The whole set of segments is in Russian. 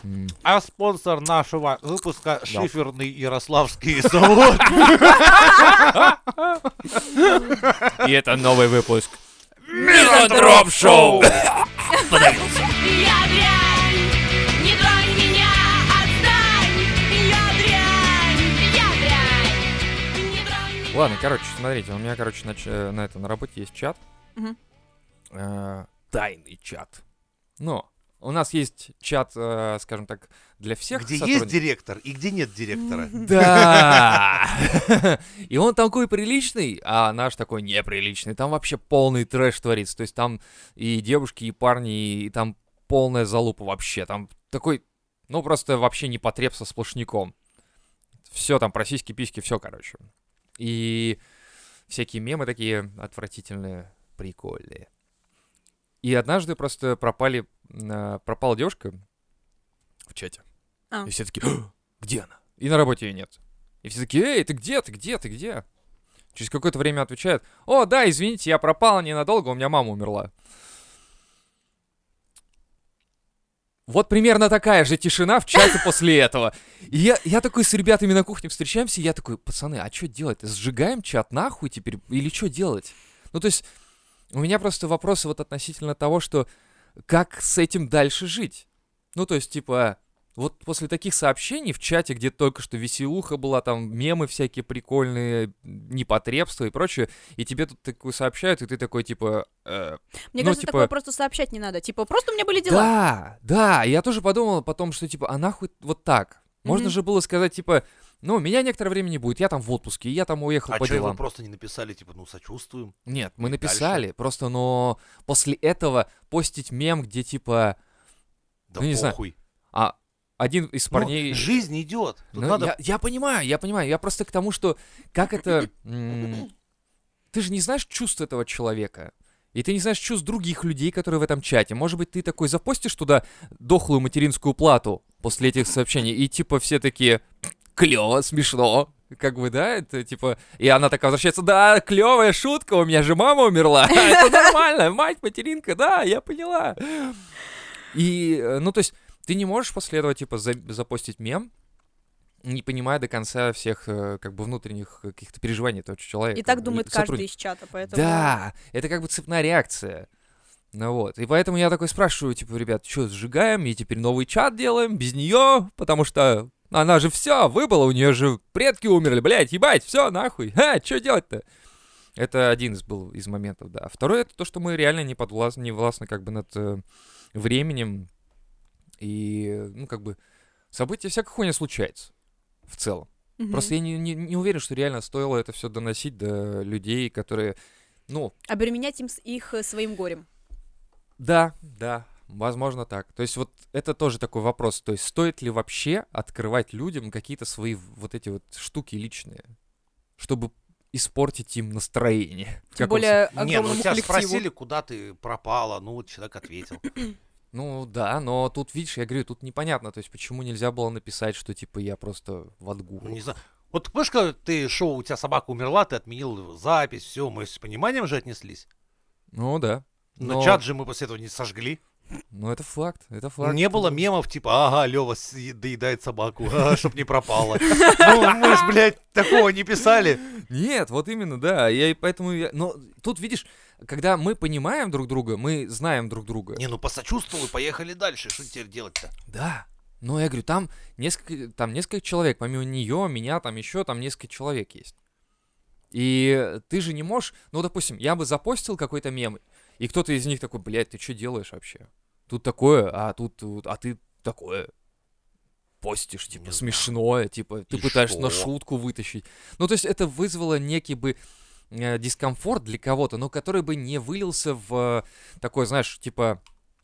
А спонсор нашего выпуска — шиферный Ярославский завод. И это новый выпуск Мизантроп Шоу. Подавился. Я дрянь, не тронь меня, отстань. Я дрянь, не тронь меня. Ладно, короче, смотрите, у меня, короче, на работе есть чат. Мгм. Тайный чат. Но у нас есть чат, скажем так, для всех Где есть сотрудников. директор и где нет директора. Да! И он такой приличный, а наш такой неприличный. Там вообще полный трэш творится. То есть там и девушки, и парни, и там полная залупа вообще. Там такой, ну просто вообще непотреб со сплошняком. Все там про сиськи, письки, все, короче. И всякие мемы такие отвратительные, прикольные. И однажды просто пропала девушка в чате. А. И все такие, где она? И на работе ее нет. И все такие, эй, ты где, ты где, ты где? Через какое-то время отвечает, о, да, извините, я пропала ненадолго, у меня мама умерла. Вот примерно такая же тишина в чате после этого. И я такой с ребятами на кухне встречаемся, и я такой, пацаны, а что делать? Сжигаем чат нахуй теперь? Или что делать? Ну, то есть, у меня просто вопросы вот относительно того, что как с этим дальше жить? Ну, то есть, типа, вот после таких сообщений в чате, где только что веселуха была, там мемы всякие прикольные, непотребства и прочее, и тебе тут такое сообщают, и ты такой, типа... Мне ну, кажется, типа, такое просто сообщать не надо. Типа, просто у меня были дела. Да, да, я тоже подумал потом, что, типа, а нахуй вот так? Можно Мгм. же было сказать, типа, ну, меня некоторое время не будет, я там в отпуске, я там уехал А по что вы делам. просто не написали, типа, ну, сочувствуем? Нет, мы И написали, просто, но после этого постить мем, где, типа, Да Ну, не знаю. похуй. один из Ну, парней... жизнь идет. Тут Ну, надо... я понимаю, я просто к тому, что как это... Ты же не знаешь чувств этого человека. И ты не знаешь чувств других людей, которые в этом чате. Может быть, ты такой запостишь туда дохлую материнскую плату после этих сообщений, и типа все такие, клево, смешно. Как бы, да, это типа... И она такая возвращается, да, клевая шутка, у меня же мама умерла. Это нормально, мать, материнка, да, я поняла. И, ну, то есть, ты не можешь после этого, типа, запостить мем, не понимая до конца всех, как бы, внутренних каких-то переживаний этого человека. И так думает каждый сотрудника. из чата, поэтому... Да, это как бы цепная реакция. Ну вот, и поэтому я такой спрашиваю, типа, ребят, что, сжигаем, и теперь новый чат делаем без нее, потому что она же все, выбыла, у нее же предки умерли, блядь, ебать, все, нахуй, что делать-то? Это один был из моментов, да. Второй, это то, что мы реально не властны как бы над временем, и, ну, как бы, события всякая хуйня случается в целом. Мгм. Просто я не уверен, что реально стоило это все доносить до людей, которые, ну, Обременять их своим горем. да, возможно так. То есть вот это тоже такой вопрос. То есть стоит ли вообще открывать людям какие-то свои вот эти вот штуки личные, чтобы испортить им настроение? В Тем каком более Не, ну огромному тебя коллективу. спросили, куда ты пропала, ну вот человек ответил. Ну да, но тут, видишь, я говорю, тут непонятно, то есть почему нельзя было написать, что типа я просто в отгул. Ну, не знаю. Вот помнишь, когда ты шоу, у тебя собака умерла, ты отменил запись, все, мы с пониманием же отнеслись. Ну да. Но чат же мы после этого не сожгли. Ну это факт, это факт. Не было мемов типа, ага, Лёва доедает собаку, чтоб не пропала. Ну, мы ж, блядь, такого не писали. Нет, вот именно, да. Но тут, видишь, когда мы понимаем друг друга, мы знаем друг друга. Не, ну посочувствовал и поехали дальше. Что теперь делать-то? Да. Но я говорю, там несколько человек, помимо нее, меня, там еще, там несколько человек есть. И ты же не можешь... Ну, допустим, я бы запостил какой-то мем, и кто-то из них такой, блядь, ты что делаешь вообще? Тут такое, а ты такое постишь, типа, Не знаю. смешное, типа, ты И пытаешься на что? шутку вытащить. Ну, то есть это вызвало некий бы дискомфорт для кого-то, но который бы не вылился в такой, знаешь, типа...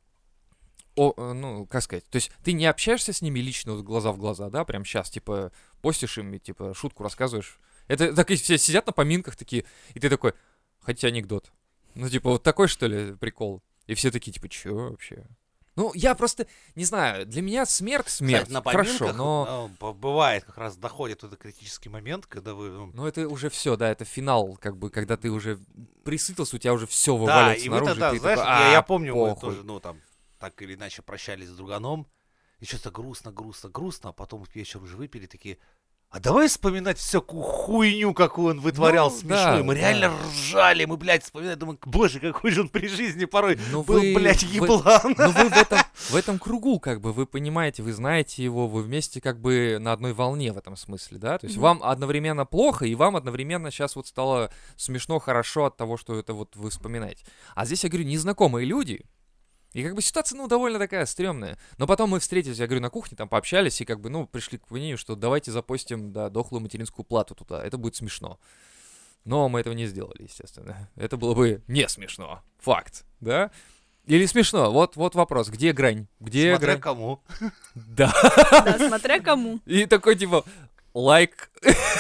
ну, как сказать, то есть ты не общаешься с ними лично вот глаза в глаза, да, прям сейчас, типа, постишь им и, типа, шутку рассказываешь. Это так и все сидят на поминках такие, и ты такой, хотите анекдот? Ну, типа, вот такой, что ли, прикол? И все такие, типа, чё вообще? Ну, я просто, не знаю, для меня смерть, Кстати, на хорошо, поминках но... бывает, как раз доходит этот критический момент, когда вы... Ну, это уже все, да, это финал, как бы, когда ты уже присытился, у тебя уже все Да, вываливается и вы наружу, тогда, и ты знаешь, такой, я помню, мы похуй. тоже, ну, там, так или иначе прощались с друганом, и что-то грустно, а потом к вечеру уже выпили, такие, а давай вспоминать всякую хуйню, какую он вытворял Ну, смешную. да, Мы реально да. ржали, мы, блядь, вспоминаем, думаем, боже, какой же он при жизни порой Ну был, вы- блядь, вы- еблан. Но вы в этом кругу, как бы, вы понимаете, вы знаете его, вы вместе как бы на одной волне в этом смысле, да? То есть вам одновременно плохо, и вам одновременно сейчас вот стало смешно, хорошо от того, что это вот вы вспоминаете. А здесь, я говорю, незнакомые люди, и как бы ситуация, ну, довольно такая стрёмная. Но потом мы встретились, я говорю, на кухне, там пообщались, и как бы, ну, пришли к мнению, что давайте запостим, да, дохлую материнскую плату туда, это будет смешно. Но мы этого не сделали, естественно. Это было бы не смешно. Факт, да? Или смешно? Вот вопрос. Где грань? Где Смотря грань? кому. Да. Да, смотря кому. И такой, типа, лайк.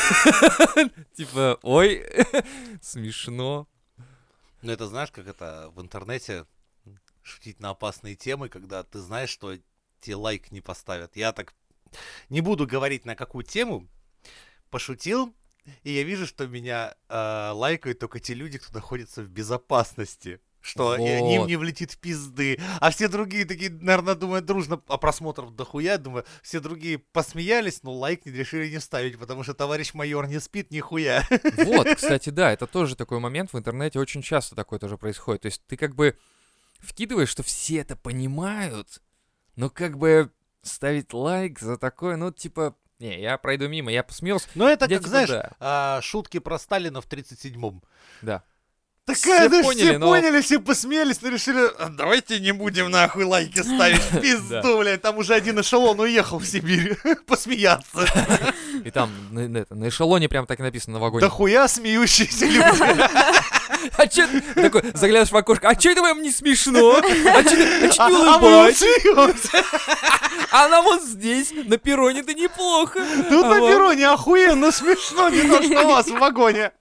Типа, ой, смешно. Ну, это знаешь, как это в интернете шутить на опасные темы, когда ты знаешь, что тебе лайк не поставят. Я так не буду говорить, на какую тему, пошутил, и я вижу, что меня лайкают только те люди, кто находится в безопасности. Что им Вот. не влетит в пизды. А все другие такие, наверное, думают дружно, а просмотров дохуя, думаю, все другие посмеялись, но лайк не решили не ставить, потому что товарищ майор не спит нихуя. Вот, кстати, да, это тоже такой момент в интернете, очень часто такое тоже происходит. То есть ты как бы вкидываешь, что все это понимают, но как бы ставить лайк за такое, ну, типа, не, я пройду мимо, я посмеялся. Но это Я как, типа, знаешь, да. шутки про Сталина в 37-м. Да. Такая, Все знаешь, поняли, все но- поняли, все посмеялись, но решили, «А давайте не будем нахуй лайки ставить в пизду, блядь, там уже один эшелон уехал в Сибирь посмеяться. И там на эшелоне прям так и написано на вагоне. Да хуя смеющиеся люди. А чё ты такой, заглядаешь в окошко, а чё это вам не смешно? А чё ты не А мы улыбаетесь? смеемся. А она вот здесь, на перроне-то неплохо. Тут А на вот- перроне охуенно смешно, не то, что у вас в вагоне.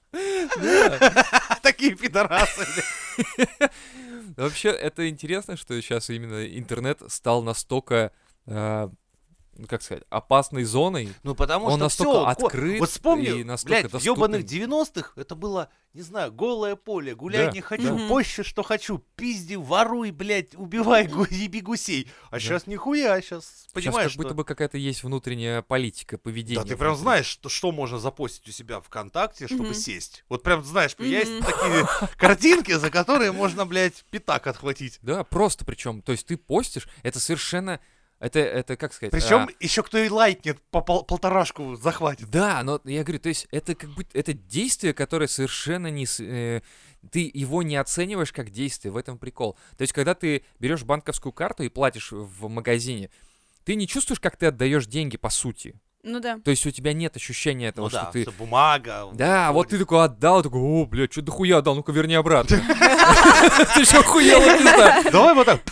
Такие пидорасы, блядь. Вообще, это интересно, что сейчас именно интернет стал настолько, ну, как сказать, опасной зоной. Ну, потому Он что настолько всё, открыт вот вспомни, и настолько блядь, в доступен. ёбаных 90-х это было, не знаю, голое поле, гуляй Да, не хочу, да. позже что хочу, пизди, воруй, блядь, убивай, еби гусей. А Да. сейчас нихуя, сейчас Сейчас понимаешь, как будто что... бы какая-то есть внутренняя политика поведения. Да, ты прям внутри. знаешь, что можно запостить у себя ВКонтакте, чтобы Мгм. сесть. Вот прям знаешь, есть Мгм. такие картинки, за которые можно, блядь, пятак отхватить. Да, просто причем. То есть ты постишь, это совершенно... Это как сказать... Причем еще кто и лайкнет, по полторашку захватит. Да, но я говорю, то есть это как будто это действие, которое совершенно не... ты его не оцениваешь как действие, в этом прикол. То есть когда ты берешь банковскую карту и платишь в магазине, ты не чувствуешь, как ты отдаешь деньги по сути. Ну да. То есть у тебя нет ощущения этого, Ну что да, ты... всё, бумага. Да, вот уходит. ты такой отдал, такой, о, блядь, что дохуя отдал, ну-ка верни обратно. Ты что, охуела, пизда? Давай вот так.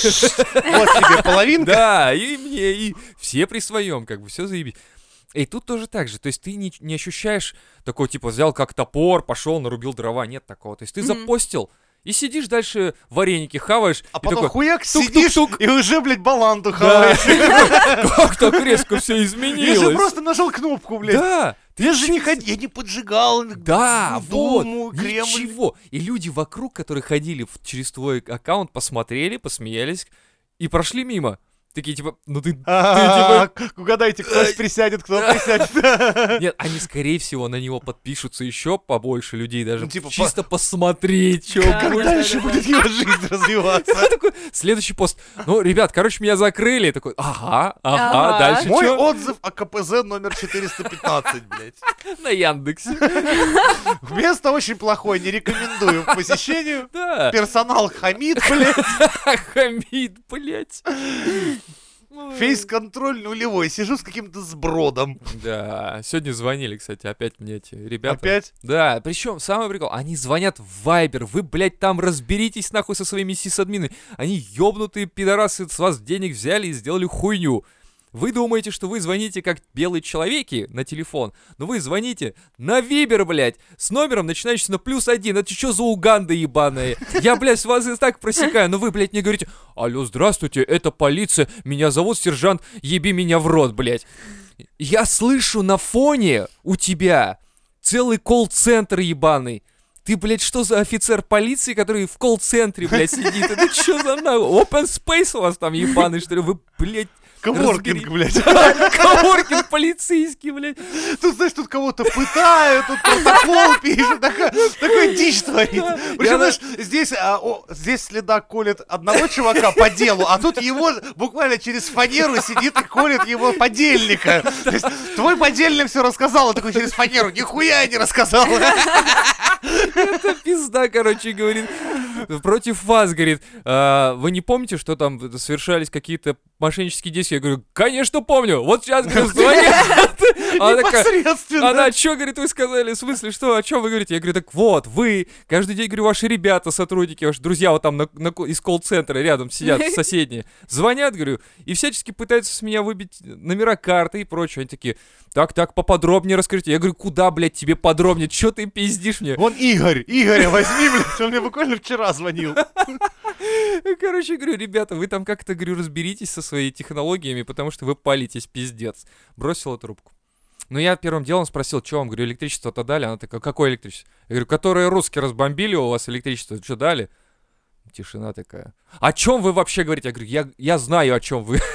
Вот тебе половинка. Да, и мне, и все при своем, как бы, все заебись. И тут тоже так же, то есть ты не ощущаешь такой, типа, взял как топор, пошел, нарубил дрова, нет такого. То есть ты Мгм. запостил, и сидишь дальше, вареники хаваешь, А и потом такой, хуяк тук-тук-тук. сидишь и уже, блядь, баланду Да. хаваешь. как так резко все Я же изменилось. просто нажал кнопку, блядь. Да, Я же не ходил, я не поджигал да, вот, Думу, Кремль. ничего. И люди вокруг, которые ходили через твой аккаунт, посмотрели, посмеялись и прошли мимо. Такие, типа, ну ты... Угадайте, кто присядет, кто присядет. Нет, они, скорее всего, на него подпишутся еще побольше людей, даже Ну, типа, чисто посмотреть, что Да. Как будет. дальше будет его жизнь развиваться? Такой, следующий пост. Ну, ребят, короче, меня закрыли. Такой, ага, Ага. дальше Мой что? отзыв о КПЗ номер 415, блядь. На Яндексе. Место очень плохое, не рекомендую к посещению. Да, Персонал хамит, блядь. хамид, блядь. Фейс-контроль нулевой. Сижу с каким-то сбродом. Да, сегодня звонили, кстати, опять мне эти ребята. Опять? Да, причем самый прикол, они звонят в Viber, вы, блядь, там разберитесь нахуй со своими сисадминами. Они ёбнутые пидорасы с вас денег взяли и сделали хуйню. Вы думаете, что вы звоните как белые человеки на телефон, но вы звоните на Вибер, блядь, с номером, начинающимся на +1. Это что за Уганда ебаная? Я, блядь, с вас и так просекаю, но вы, блядь, мне говорите: алло, здравствуйте, это полиция, меня зовут сержант, еби меня в рот, блядь. Я слышу на фоне у тебя целый колл-центр ебаный. Ты, блядь, что за офицер полиции, который в колл-центре, блядь, сидит? Это что за нахуй? Open Space у вас там ебаный, что ли? Вы, блядь, Коворкинг, блядь. Коворкинг полицейский, блядь. Тут, знаешь, тут кого-то пытают, тут протокол пишет, такой дичь творит. Причем, знаешь, здесь следак колет одного чувака по делу, а тут его буквально через фанеру сидит и колет его подельника. То есть твой подельник все рассказал, а такой через фанеру, нихуя я не рассказал. Это пизда, короче, говорит. Против вас, говорит, вы не помните, что там совершались какие-то мошеннические действия? Я говорю, конечно помню, вот сейчас, говорю, звонят. Непосредственно. Она, что, говорит, вы сказали, в смысле, что, о чем вы говорите? Я говорю, так вот, вы, каждый день, говорю, ваши ребята, сотрудники, ваши друзья вот там из колл-центра рядом сидят, соседние, звонят, говорю, и всячески пытаются с меня выбить номера карты и прочее. Они такие, так, поподробнее расскажите. Я говорю, куда, блядь, тебе подробнее, что ты пиздишь мне? Вон Игоря возьми, блядь, он мне буквально вчера звонил. Короче, говорю, ребята, вы там как-то, говорю, разберитесь со своими технологиями, потому что вы палитесь, пиздец. Бросила трубку. Но я первым делом спросил, что вам, говорю, электричество-то дали? Она такая, какое электричество? Я говорю, которые русские разбомбили, у вас электричество, что дали? Тишина такая. О чем вы вообще говорите? Я говорю, я знаю, о чем вы.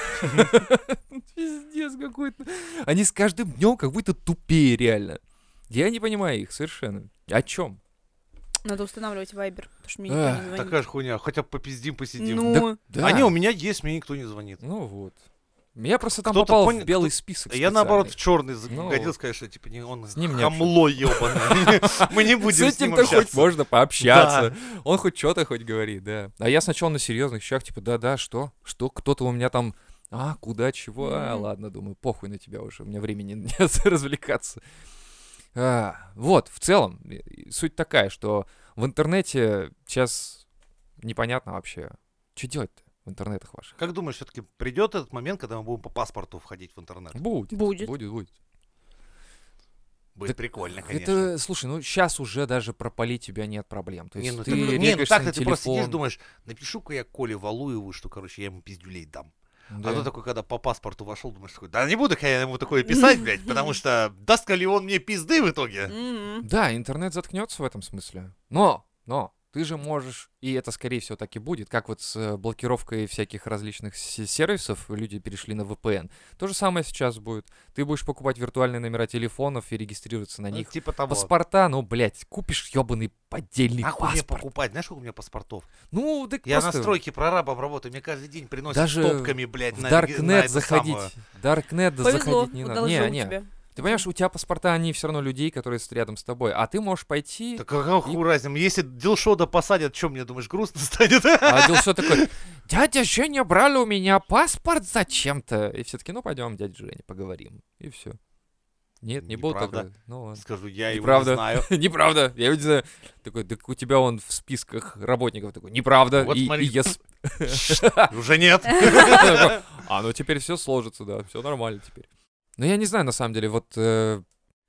Пиздец какой-то. Они с каждым днем как будто тупее, реально. Я не понимаю их совершенно. О чем? Надо устанавливать Viber, потому что мне никто не звонит. Такая же хуйня, хотя бы попиздим, посидим. Ну, Да. Они у меня есть, мне никто не звонит. Ну вот. Я просто там Кто-то попал понял- в белый список. Я наоборот в специальный. черный Ну, годил сказать, что типа он с ним не хамло ебаное. Мы не С будем с ним этим-то хоть общаться. можно пообщаться. Он хоть что-то хоть говорит, да. А я сначала на серьезных щах, типа, да, что? Что? Кто-то у меня там... Куда, чего? Ладно, думаю, похуй на тебя уже. У меня времени нет развлекаться. Вот, в целом, суть такая, что в интернете сейчас непонятно вообще, что делать-то в интернетах ваших. Как думаешь, все-таки придет этот момент, когда мы будем по паспорту входить в интернет? Будет. Будет. Будет Так прикольно, конечно. Это, слушай, ну сейчас уже даже пропалить тебя нет проблем. То Не, есть ну ты ты регаешься так-то на ты просто сидишь, телефон. думаешь, напишу-ка я Коле Валуеву, что, короче, я ему пиздюлей дам. Да. А то такой, когда по паспорту вошел, думаешь, такой, да не буду-ка я ему такое писать, блядь, потому что даст ли он мне пизды в итоге? Да, интернет заткнется в этом смысле. Но, ты же можешь, и это скорее всего так и будет, как вот с блокировкой всяких различных сервисов, люди перешли на VPN. То же самое сейчас будет. Ты будешь покупать виртуальные номера телефонов и регистрироваться на Ну, них. типа того. Паспорта, блядь, купишь ебаный поддельный Нахуй мне паспорт. покупать? Знаешь, сколько у меня паспортов? Ну, так Я просто на стройке прорабом работаю, мне каждый день приносят даже стопками, блядь, в на Darknet это заходить. самое. Darknet Повезло, заходить не надо. одолжил Не. тебе. Ты понимаешь, у тебя паспорта, они все равно людей, которые рядом с тобой. А ты можешь пойти... Так какая хуй разница? Если Дилшода посадят, что мне, думаешь, грустно станет? А Дилшот такой, дядя Женя брали у меня паспорт зачем-то. И все таки пойдем, дядя Женя, поговорим. И все. Нет, не буду Неправда. тогда. Ну ладно. Скажу, я его не Неправда. знаю. Неправда, я его не знаю. Такой, так у тебя он в списках работников. Такой, неправда. Вот И смотри. я... Уже нет. Ну теперь все сложится, да, все нормально теперь. Но я не знаю, на самом деле, вот... Что-то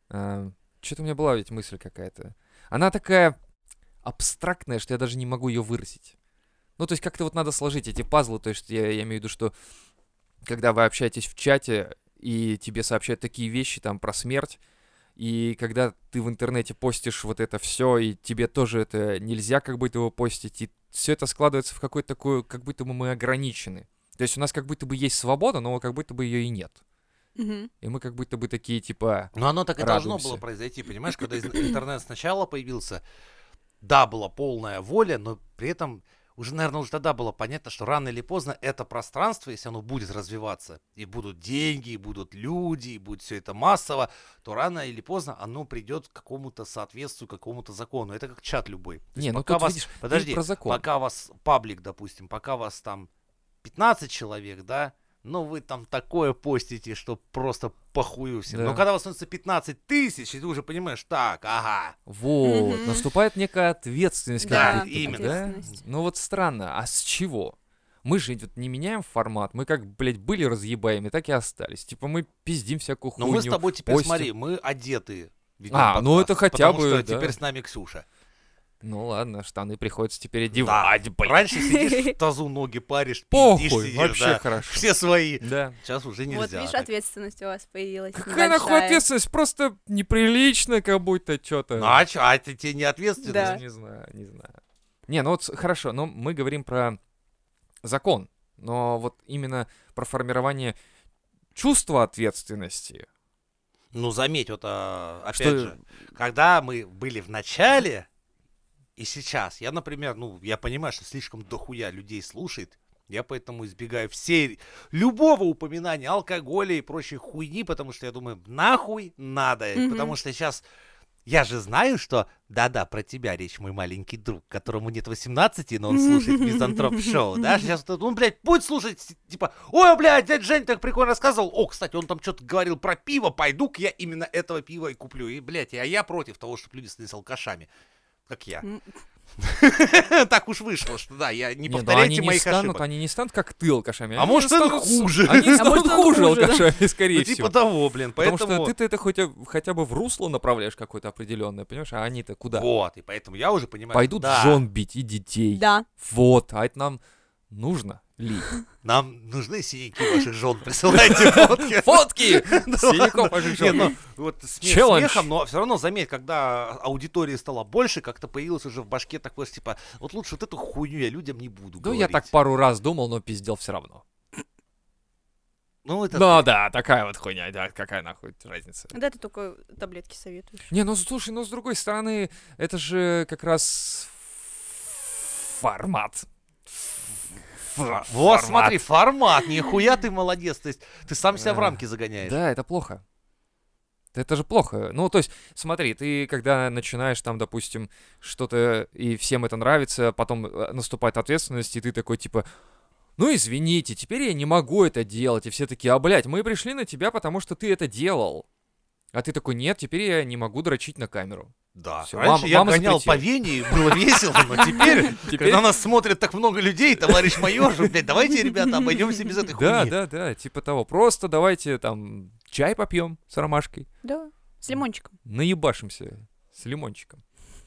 у меня была ведь мысль какая-то. Она такая абстрактная, что я даже не могу ее выразить. Ну, то есть как-то вот надо сложить эти пазлы, то есть я имею в виду, что когда вы общаетесь в чате, и тебе сообщают такие вещи там про смерть, и когда ты в интернете постишь вот это все, и тебе тоже это нельзя как будто его постить, и все это складывается в какую-то такую, как будто бы мы ограничены. То есть у нас как будто бы есть свобода, но как будто бы ее и нет. И мы как будто бы такие, типа... Но оно так и должно радуемся. было произойти, понимаешь, когда интернет сначала появился, да, была полная воля, но при этом уже, наверное, уже тогда было понятно, что рано или поздно это пространство, если оно будет развиваться, и будут деньги, и будут люди, и будет все это массово, то рано или поздно оно придет к какому-то соответствию, к какому-то закону. Это как чат любой. То есть Не, ну пока тут, вас, видишь, ты подожди, про закон. пока вас паблик, допустим, пока вас там 15 человек, да, ну вы там такое постите, что просто похую всем. Да. Но когда вас становится 15 тысяч, и ты уже понимаешь, так, ага. Вот, наступает некая ответственность. Да, как будто бы, именно. да? Ответственность. Ну вот странно, а с чего? Мы же вот не меняем формат, мы как, блядь, были разъебаемы, так и остались. Типа мы пиздим всякую Но хуйню. мы с тобой теперь, постим. смотри, мы одетые. ведем Ну подкаст, это хотя потому бы, что теперь да. с нами Ксюша. Ну ладно, штаны приходится теперь Да. одевать, блядь. Раньше сидишь в тазу, ноги паришь, пиздишь, Похуй, сидишь, вообще да. хорошо. Все свои. Да. Сейчас уже нельзя. Вот, видишь, так. ответственность у вас появилась. Какая нахуй небольшая. ответственность? Просто неприлично, как будто что-то. Ну а что, а это тебе не ответственность? Да. Не знаю. Не, ну вот хорошо, но мы говорим про закон. Но вот именно про формирование чувства ответственности. Ну, заметь, вот опять Что- же, когда мы были в начале и сейчас, я, например, я понимаю, что слишком дохуя людей слушает, я поэтому избегаю любого упоминания алкоголя и прочей хуйни, потому что я думаю, нахуй надо, Мгм. потому что сейчас я же знаю, что да-да, про тебя речь, мой маленький друг, которому нет 18, но он слушает Мизантроп Шоу, да, сейчас он, блядь, будет слушать, типа, ой, блядь, дядя Жень так прикольно рассказывал, о, кстати, он там что-то говорил про пиво, пойду-ка я именно этого пива и куплю, и, блядь, а я против того, чтобы люди становились алкашами, как я. М. Так уж вышло, что да, я не Не, ну повторяйте они моих станут, ошибок. они не станут как ты алкашами. А они может, станут это хуже. Они А станут может, он хуже хуже, да. алкашами, скорее Ну, всего. типа того, блин, Потому поэтому... что ты это хотя бы в русло направляешь какое-то определенное, понимаешь? А они-то куда? Вот, и поэтому я уже понимаю, Пойдут да, жен бить и детей. Да. Вот, а это нам нужно ли? нам нужны синяки ваших жен, присылайте фотки. Фотки! Да Синяков ладно. ваших Не, жен. ну, вот Челлендж. смехом, но все равно заметь, когда аудитории стало больше, как-то появилось уже в башке такое, что, типа, вот лучше вот эту хуйню я людям не буду Ну, говорить. я так пару раз думал, но пиздел все равно. Ну, это... Ну да, такая вот хуйня, да, какая нахуй разница. Да, ты только таблетки советуешь. Не, ну слушай, ну с другой стороны, это же как раз формат. Вот, Формат. смотри, формат, нихуя ты молодец, то есть ты сам себя в Да. рамки загоняешь. Да, это плохо. Это же плохо. Ну, то есть, смотри, ты когда начинаешь там, допустим, что-то, и всем это нравится, потом наступает ответственность, и ты такой, типа, ну, извините, теперь я не могу это делать. И все такие, а, блядь, мы пришли на тебя, потому что ты это делал. А ты такой, нет, теперь я не могу дрочить на камеру. Да, Всё, раньше я мама гонял запретила. по Вене, и было весело, но теперь, когда нас смотрит так много людей, товарищ майор, же, блядь, давайте, ребята, обойдемся без этой Да, хуйни. да, да, типа того. Просто давайте там чай попьем с ромашкой, Да. С лимончиком. наебашимся с лимончиком.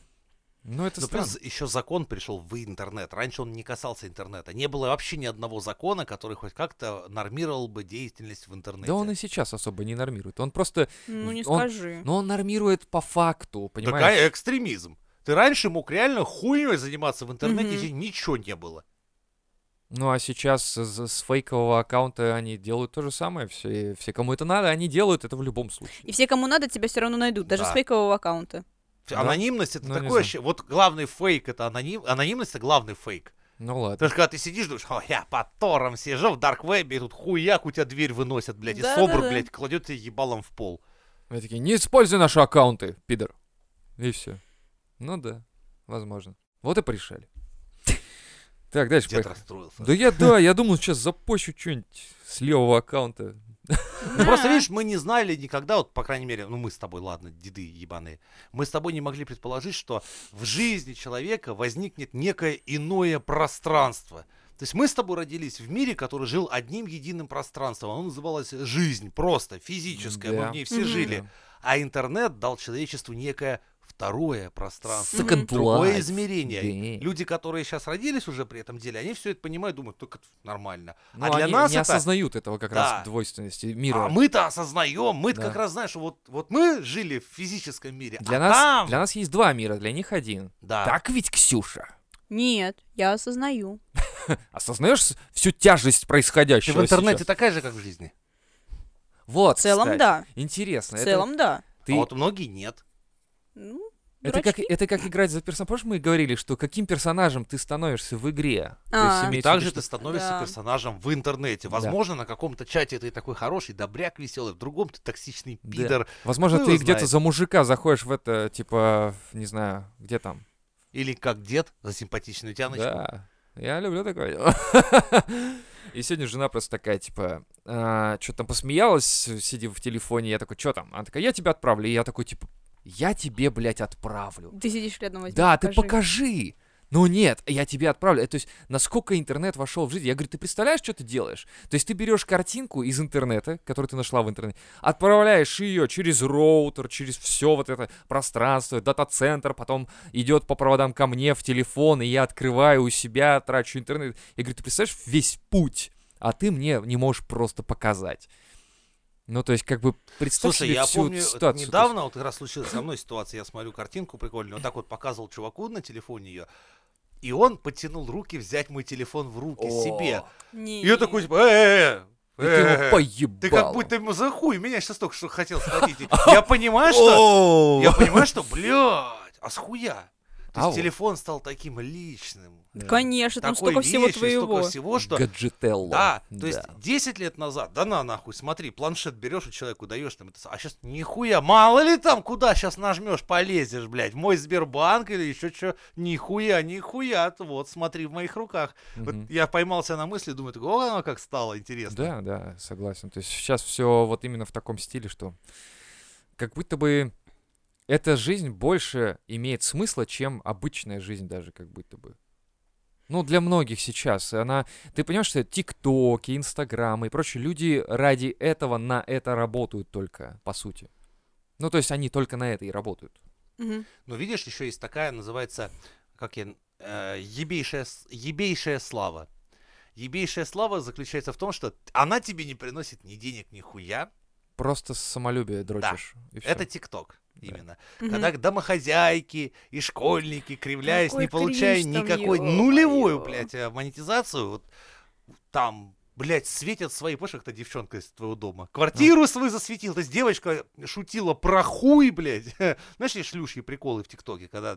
Ну, это Ну, странно. плюс еще закон пришел в интернет. Раньше он не касался интернета. Не было вообще ни одного закона, который хоть как-то нормировал бы деятельность в интернете. Да он и сейчас особо не нормирует. Он просто... Ну, не Он- скажи. Но он нормирует по факту, понимаешь? Такая экстремизм. Ты раньше мог реально хуйней заниматься в интернете, Мгм. и тебе ничего не было. Ну, а сейчас с фейкового аккаунта они делают то же самое. Все, кому это надо, они делают это в любом случае. И все, кому надо, тебя все равно найдут, даже Да. с фейкового аккаунта. Да. Анонимность это Ну, не такое знаю. ощущение. Вот главный фейк это анонимность это главный фейк. Ну, ладно. Потому что когда ты сидишь, думаешь, о, я по торам сижу в дарквебе, и тут хуяк у тебя дверь выносят, блядь, и Да-да-да. собр, блядь, кладет тебе ебалом в пол. Они такие, не используй наши аккаунты, пидор. И все. Ну да, возможно. Вот и порешали. Так, дальше Дед поехали. расстроился. Я думал, сейчас запощу что-нибудь с левого аккаунта. Ну просто, видишь, мы не знали никогда, вот, по крайней мере, ну мы с тобой, ладно, деды ебаные, мы с тобой не могли предположить, что в жизни человека возникнет некое иное пространство. То есть мы с тобой родились в мире, который жил одним единым пространством. Оно называлось жизнь, просто физическая, мы Да. в ней все Мгм. жили. А интернет дал человечеству некое второе пространство, Second другое life. измерение. Да. Люди, которые сейчас родились уже при этом деле, они все это понимают, думают, только нормально. Ну, а для они нас не это... осознают этого как Да. раз двойственности мира. А мы-то осознаем, мы-то Да. как раз, знаешь, вот мы жили в физическом мире, Для а нас, там... для нас есть два мира, для них один. Да. Так ведь, Ксюша? Нет, я осознаю. Осознаешь всю тяжесть Ты происходящего в интернете сейчас? такая же, как в жизни. Вот, В целом, кстати. да. Интересно. В это целом, да. ты- А вот многие нет. Ну, Это как, дурачки. это как играть за персонажа. Помнишь, мы говорили, что каким персонажем ты становишься в игре? То А. есть И имеется в также виду, ты что- становишься Да. персонажем в интернете. Возможно, на каком-то чате ты такой хороший, добряк веселый, в другом ты токсичный Да. пидор. Возможно, Кто ты его где-то знает? за мужика заходишь в это, типа, не знаю, где там. Или как дед за симпатичную тяночку. Да, я люблю такое. И сегодня жена просто такая, типа, что там посмеялась, сидя в телефоне, я такой, что там? Она такая, я тебя отправлю. И я такой, типа, я тебе, блядь, отправлю. Ты сидишь рядом, возьми, Да, ты покажи. Ну нет, я тебе отправлю. То есть, насколько интернет вошел в жизнь. Я говорю, ты представляешь, что ты делаешь? То есть, ты берешь картинку из интернета, которую ты нашла в интернете, отправляешь ее через роутер, через все вот это пространство, дата-центр, потом идет по проводам ко мне в телефон, и я открываю у себя, трачу интернет. Я говорю, ты представляешь весь путь, а ты мне не можешь просто показать. Ну, то есть, как бы, представь Слушай, себе я всю помню, эту ситуацию. недавно, вот как раз случилась со мной ситуация, я смотрю картинку прикольную, вот так вот показывал чуваку на телефоне ее, И он потянул руки взять мой телефон в руки себе. Не. И я такой, типа, И ты его поебал. ты как будто ему за хуй меня сейчас только что хотел схватить. Я понимаю, что, блядь, а схуя? То есть Ау. телефон стал таким личным. Конечно, там Такой столько всего вещью, твоего. столько всего, что... Гаджетелло. Да, то есть 10 лет назад, да на нахуй, смотри, планшет берешь и человеку даешь там это, а сейчас нихуя, мало ли там, куда сейчас нажмешь, полезешь, блядь, мой Сбербанк или еще что, нихуя, вот смотри в моих руках. Вот Мгм. я поймался на мысли, думаю, о, оно как стало интересно. Да, согласен. То есть сейчас все вот именно в таком стиле, что как будто бы эта жизнь больше имеет смысла, чем обычная жизнь даже, как будто бы. Ну, для многих сейчас. Ты понимаешь, что ТикТоки, Инстаграмы и прочие люди ради этого на это работают только, по сути. Ну, то есть они только на это и работают. Мгм. Но видишь, еще есть такая, называется, ебейшая слава. Ебейшая слава заключается в том, что она тебе не приносит ни денег, ни хуя. Просто самолюбие дрочишь. И всё. Это ТикТок. Да. Именно. Мгм. Когда домохозяйки и школьники, кривляясь, Какой не получая кринж там, никакой ё-моё. нулевую, блядь, монетизацию, вот там, блядь, светят свои, помнишь, как та девчонка из твоего дома, квартиру свою засветила, то есть девочка шутила про хуй, блядь. Знаешь, есть шлюшьи приколы в ТикТоке, когда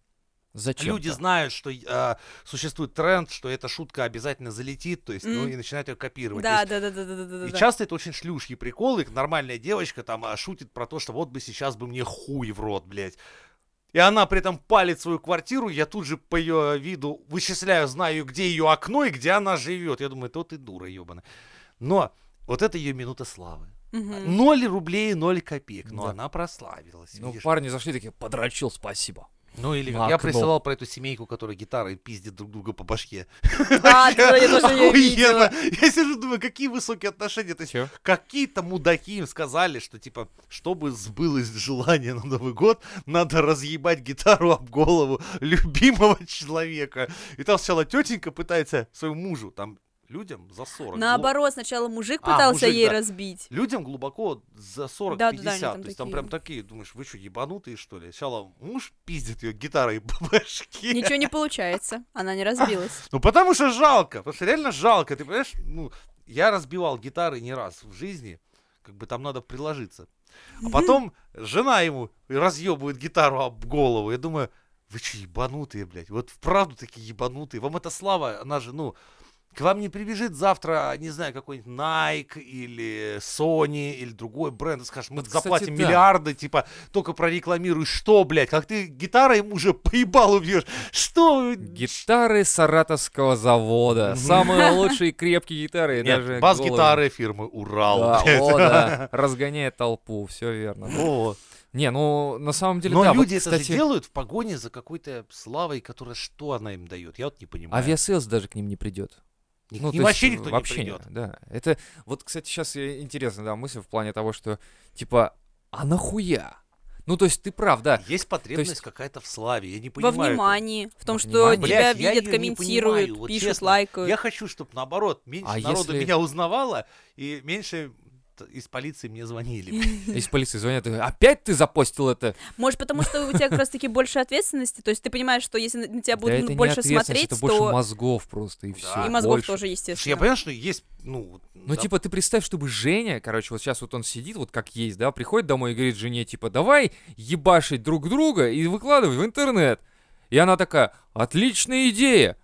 Зачем? люди знают, что существует тренд, что эта шутка обязательно залетит, то есть, ну, Мгм. и начинают ее копировать. Да, То есть да. и часто это очень шлюшьи приколы, нормальная девочка там шутит про то, что вот бы сейчас бы мне хуй в рот, блядь. И она при этом палит свою квартиру, я тут же по ее виду вычисляю, знаю, где ее окно и где она живет. Я думаю, то ты дура, ебаная. Но вот это ее минута славы. Мгм. 0 рублей, 0 копеек. Но Да. она прославилась. Ну, видишь. парни зашли такие, подрочил, спасибо. Ну или как на я окно. присылал про эту семейку, которая гитарой пиздит друг друга по башке. А, да, я тоже её видела. Охуенно. Я сижу, думаю, какие высокие отношения. То есть Чё? какие-то мудаки им сказали, что типа, чтобы сбылось желание на Новый год, надо разъебать гитару об голову любимого человека. И там сначала тетенька пытается своему мужу, там людям за 40. Наоборот, сначала мужик А, пытался мужик, ей да. разбить. Людям глубоко за 40-50. Да-да-да, они там То есть там такие. прям такие, думаешь, вы что, ебанутые, что ли? Сначала муж пиздит ее гитарой по башке. Ничего не получается. Она не разбилась. Ну, потому что жалко, потому что реально жалко, ты понимаешь? Ну, я разбивал гитары не раз в жизни, как бы там надо приложиться. А потом жена ему разъебывает гитару об голову. Я думаю, вы что, ебанутые, блядь? Вот вправду такие ебанутые. Вам эта слава, она же, ну, к вам не прибежит завтра, не знаю, какой-нибудь Nike или Sony или другой бренд и скажет, мы Вот, кстати, заплатим да. миллиарды, типа, только прорекламируй. Что, блядь, как ты гитарой ему уже поебал убьешь? Что? вы- Гитары саратовского завода. Самые лучшие крепкие гитары. Нет, даже бас-гитары фирмы Урал. Да, блядь. о, да. Разгоняет толпу, все верно. Вот. Не, ну на самом деле, Но да. люди вот, это же кстати, делают в погоне за какой-то славой, которая что она им дает? Я вот не понимаю. авиасейлс даже к ним не придет. Ни- Ну, ни то вообще есть, никто вообще не придет. Да. Это вот, кстати, сейчас интересная, да, мысль в плане того, что типа, а нахуя? Ну, то есть ты прав, да. Есть потребность есть- какая-то в славе, я не Во понимаю. этого. внимании. В том, Во что внимании. тебя Блядь, я видят, её не комментируют, понимаю, вот пишут, честно. лайкают. Я хочу, чтобы наоборот, меньше А народу если- меня узнавало, и меньше из полиции мне звонили. Из полиции звонят, и говорят, опять ты запостил это? Может, потому что у тебя как раз-таки больше ответственности, то есть ты понимаешь, что если на тебя Да будут это не больше ответственность, смотреть, это больше то мозгов просто, и все. Да. и мозгов тоже, естественно. Я понимаю, что есть, ну... вот, Ну, да, типа, ты представь, чтобы Женя, короче, вот сейчас вот он сидит, вот как есть, да, приходит домой и говорит жене, типа, давай ебашить друг друга и выкладывай в интернет. И она такая, отличная идея.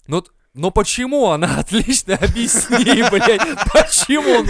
Но почему она отлично? Объясни, блядь, почему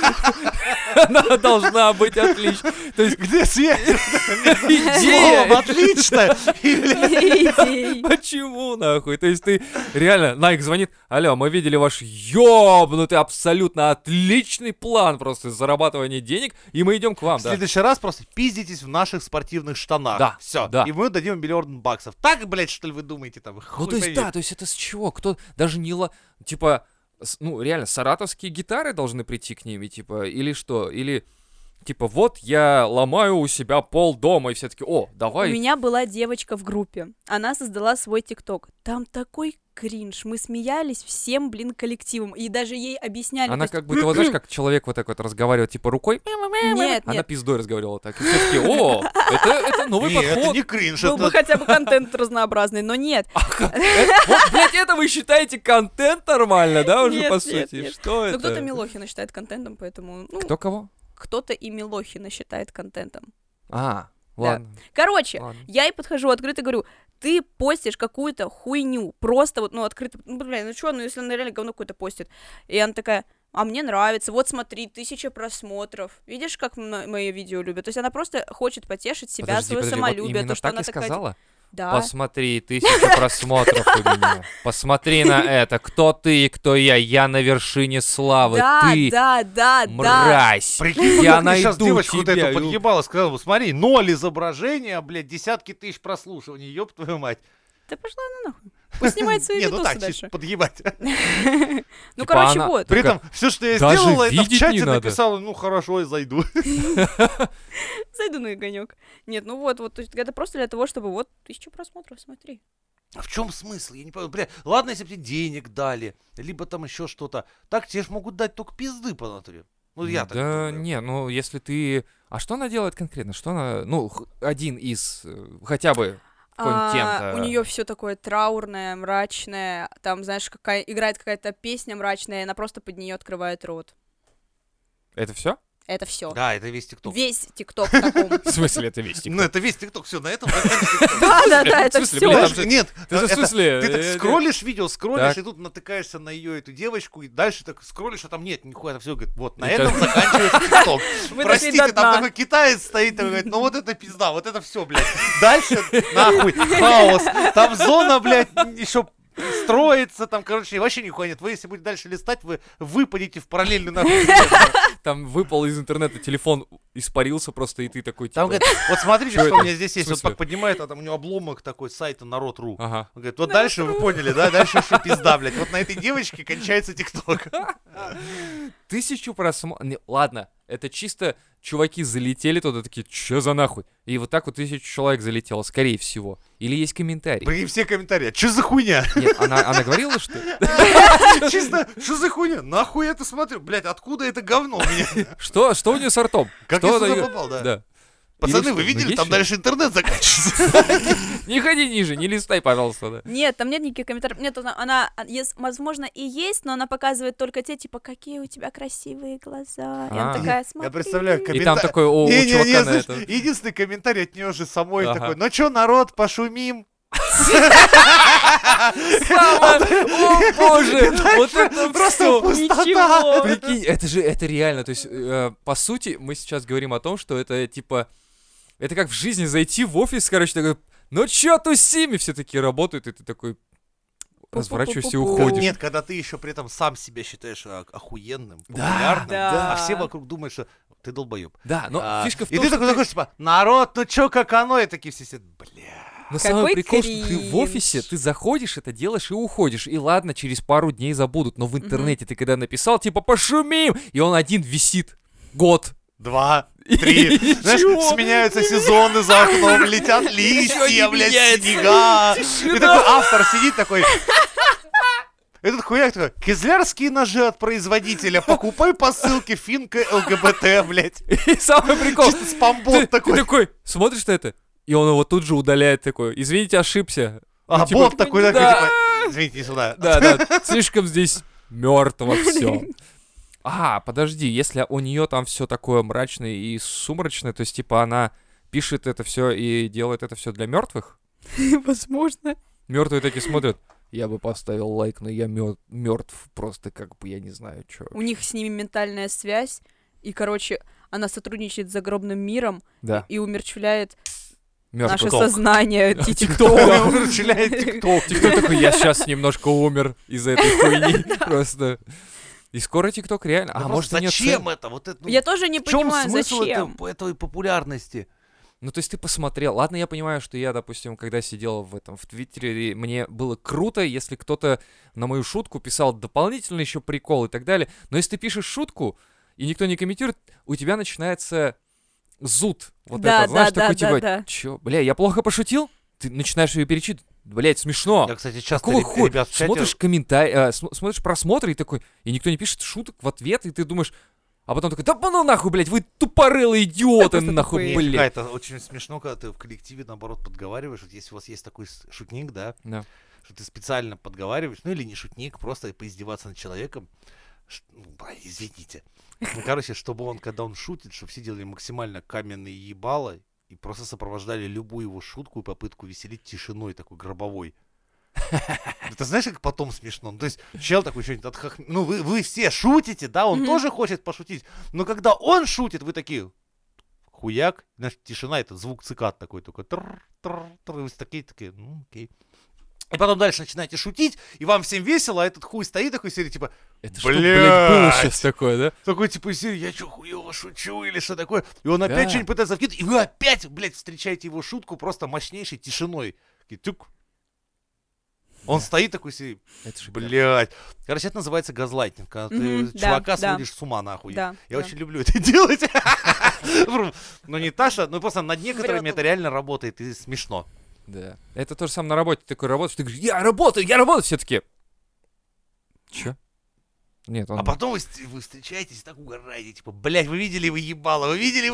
она должна быть отличной? То есть, Где связь? идея, Слово отлично! И, блядь, Идей. почему, нахуй? То есть ты реально, Найк звонит, алло, мы видели ваш ёбнутый, абсолютно отличный план просто зарабатывания денег, и мы идем к вам, В да. следующий раз просто пиздитесь в наших спортивных штанах. Да, Все. да. И мы дадим $1 миллион. Так, блядь, что ли, вы думаете там? Ну, Хуй то есть, пойми. да, то есть это с чего? Кто даже не... Типа, ну, реально, саратовские гитары должны прийти к ним, и, типа, или что? Или, типа, вот я ломаю у себя пол дома, и все таки о, У давай. меня была девочка в группе. Она создала свой ТикТок. Там такой кринж. Мы смеялись всем, коллективом. И даже ей объясняли. Она то есть- как будто, вот знаешь, как человек вот так вот разговаривает, типа, рукой, Нет, она нет. пиздой разговаривала так. И все таки о, это новый Не, это подход. не кринж, Был бы это... хотя бы контент разнообразный, но нет. Вот, блядь, это вы считаете контент нормально, да, уже Нет, по нет, сути? нет. Что Ну, это? кто-то Милохина считает контентом, поэтому... Ну, Кто кого? кто-то и Милохина считает контентом. А, ладно. Короче, ладно. я ей подхожу открыто говорю, ты постишь какую-то хуйню, просто вот, ну, открыто, ну, блин, ну что, ну, если она реально говно какое-то постит. И она такая, а мне нравится, вот смотри, 1000 просмотров. Видишь, как мои видео любят? То есть она просто хочет потешить себя, Подожди, свое подожди, вот самолюбие, именно то, что так она и такая... сказала? Да. Посмотри, 1000 просмотров у меня. Посмотри на это. Кто ты и кто я? Я на вершине славы. Да, Ты да, да, да. мразь. Прикинь, Я вот сейчас найду девочку вот тебя. эту подъебала, сказала, вот смотри, 0 изображения, блядь, десятки тысяч прослушиваний, ёб твою мать. Да пошла она нахуй. Пусть снимает свои Не, ну видосы так, чисто дальше. подъебать. Ну, Типа короче, она- вот. При Только этом все, что я даже сделала, это в видеть не чате надо. написала, ну хорошо, я зайду. Зайду на огонек. Нет, ну вот, то есть это просто для того, чтобы вот 1000 просмотров, смотри. А в чем смысл? Я не понимаю. Бля, ладно, если бы тебе денег дали, либо там еще что-то. Так тебе ж могут дать только пизды по натуре. Ну, я так Да, думаю. не, ну если ты... А что она делает конкретно? Что она... Ну, один из... Хотя бы контента. У нее все такое траурное, мрачное. Там, знаешь, играет какая-то песня мрачная, и она просто под нее открывает рот. Это все? Это все. Да, это весь ТикТок. Весь ТикТок в таком. В смысле, это весь Ну, это весь ТикТок, все, на этом заканчивается. Да, да, да, это В смысле, блин, там все. же- Нет, Ты же в это- смысле... ты так скроллишь видео, скроллишь, Так. и тут натыкаешься на ее эту девочку, и дальше так скроллишь, а там нет, нихуя, это все, говорит, вот, на Это- этом заканчивается ТикТок. Вы дошли Простите, до там дна. такой китаец стоит, такой говорит, ну вот это пизда, вот это все, блядь. Дальше, нахуй, хаос. Там зона, блядь, еще строится, там, короче, вообще нихуя нет. Вы, если будете дальше листать, вы выпадете в параллельную нахуй. Там выпал из интернета, телефон испарился просто, и ты такой, Там, типа... говорит, вот смотрите, Чё что это? у меня здесь есть. В Вот смысле? так поднимает, а там у него обломок такой сайта народ.ру. Ага. Он говорит, вот дальше вы поняли, да? Дальше еще пизда, блядь. Вот на этой девочке кончается ТикТок. 1000 просмотров... Ладно, это чисто чуваки залетели туда, такие, чё за нахуй? И вот так вот 1000 человек залетело, скорее всего. Или есть комментарий. Блин, все комментарии. Что за хуйня? Нет, она говорила, что... Чисто, что за хуйня? Нахуй я это смотрю? Блядь, откуда это говно у меня? Что у нее с ртом? Как Что я она сюда её- попал, да? Да. Пацаны, Или вы что? видели? Ну, есть Там что? дальше интернет заканчивается. Не ходи ниже, не листай, пожалуйста, да. Нет, там нет никаких комментариев. Нет, возможно, и есть, но она показывает только те, типа, какие у тебя красивые глаза. И она А. такая, Я смотри. представляю, И там комментарий. такой, у чувака на знаешь, это... единственный комментарий от нее же самой Ага. такой, ну чё, народ, пошумим? О боже, вот это Просто всё. пустота. Ничего. Прикинь, это реально, то есть, по сути, мы сейчас говорим о том, что это, типа, это как в жизни зайти в офис, короче, такой, ну чё тусим, и все такие работают, и ты такой разворачиваешься и Пу-пу-пу-пу. уходишь. Нет, когда ты еще при этом сам себя считаешь охуенным, Да, популярным, да. а все вокруг думают, что ты долбоеб. Да, но фишка в И том, ты что такой, типа, народ, ну чё, как оно? И такие все сидят, бля. но Какой самый прикол, что ты кринж. в офисе, ты заходишь, это делаешь и уходишь. И ладно, через пару дней забудут, но в интернете ты когда написал, типа, пошумим, и он один висит год. 2, 3. Знаешь, Ничего. сменяются сезоны за окном, летят Ничего листья, не блядь, меняется. снега. И Тишина. такой автор сидит такой... Этот хуяк такой, кизлярские ножи от производителя, покупай по ссылке Финка ЛГБТ, блядь. И самый прикол, Чисто спамбот ты такой. такой, смотришь на это, и он его тут же удаляет такой, извините, ошибся. А Ну, типа, бот такой, такой, да. типа, извините, сюда. Да, слишком здесь мертво все. А, подожди, если у нее там все такое мрачное и сумрачное, то есть, типа, она пишет это все и делает это все для мертвых? Возможно. Мертвые такие смотрят. Я бы поставил лайк, но я мертв, просто как бы я не знаю, что. У них с ними ментальная связь, и, короче, она сотрудничает с загробным миром Да, и умерщвляет мертвый. наше сознание TikTok. ТикТока. Он расчленяет ТикТок. ТикТок такой, я сейчас немножко умер из-за этой хуйни. Просто. И скоро ТикТок реально. А Да может, просто и нет зачем цели? это? Вот это, ну, Я тоже не в чем понимаю, смысл зачем. этой популярности? Ну, то есть ты посмотрел. Ладно, я понимаю, что я, допустим, когда сидел в Твиттере, мне было круто, если кто-то на мою шутку писал дополнительно еще прикол и так далее. Но если ты пишешь шутку, и никто не комментирует, у тебя начинается зуд. Вот Да, это, знаешь, да, такой да, типа, да. чё, бля, я плохо пошутил? Ты начинаешь ее перечитывать, блядь, смешно. Я, кстати, часто Какого хуя? ребят в чате... Смотришь смотришь просмотры и такой, и никто не пишет шуток в ответ, и ты думаешь, а потом такой, да ну нахуй, блядь, вы тупорылые идиоты, Просто нахуй, тупые. блядь. Это очень смешно, когда ты в коллективе, наоборот, подговариваешь. Вот если у вас есть такой шутник, да, Да. что ты специально подговариваешь, ну или не шутник, просто поиздеваться над человеком. Извините. Ну, короче, чтобы он, когда он шутит, чтобы все делали максимально каменные ебало и просто сопровождали любую его шутку и попытку веселить тишиной такой гробовой. Ты знаешь, как потом смешно? Ну, то есть чел такой что-нибудь отхохмел. Ну, вы все шутите, да, он тоже хочет пошутить, но когда он шутит, вы такие... Хуяк, знаешь, тишина, это звук цикад такой, только вы такие, ну окей. И потом дальше начинаете шутить, и вам всем весело, а этот хуй стоит такой серии, типа, Это что, блядь, было блядь. сейчас такое, да? такой типа из серии, я чё хуёво шучу, или что такое. И он опять Да. что-нибудь пытается вкинуть, и вы опять, блядь, встречаете его шутку просто мощнейшей тишиной. Такие, тюк. Он стоит такой серии, Это шикарно. блядь. Короче, это называется газлайтинг, когда ты Да, чувака да. сводишь с ума нахуй. Да, Я да. очень люблю это делать. Ну не Таша, но просто над некоторыми Врёт это реально работает и смешно. Да. Это то же самое на работе. Ты такой работаешь, ты говоришь, я работаю, все таки чё? Нет, он... А потом вы встречаетесь и так угораете, типа, блядь, вы видели, вы ебало.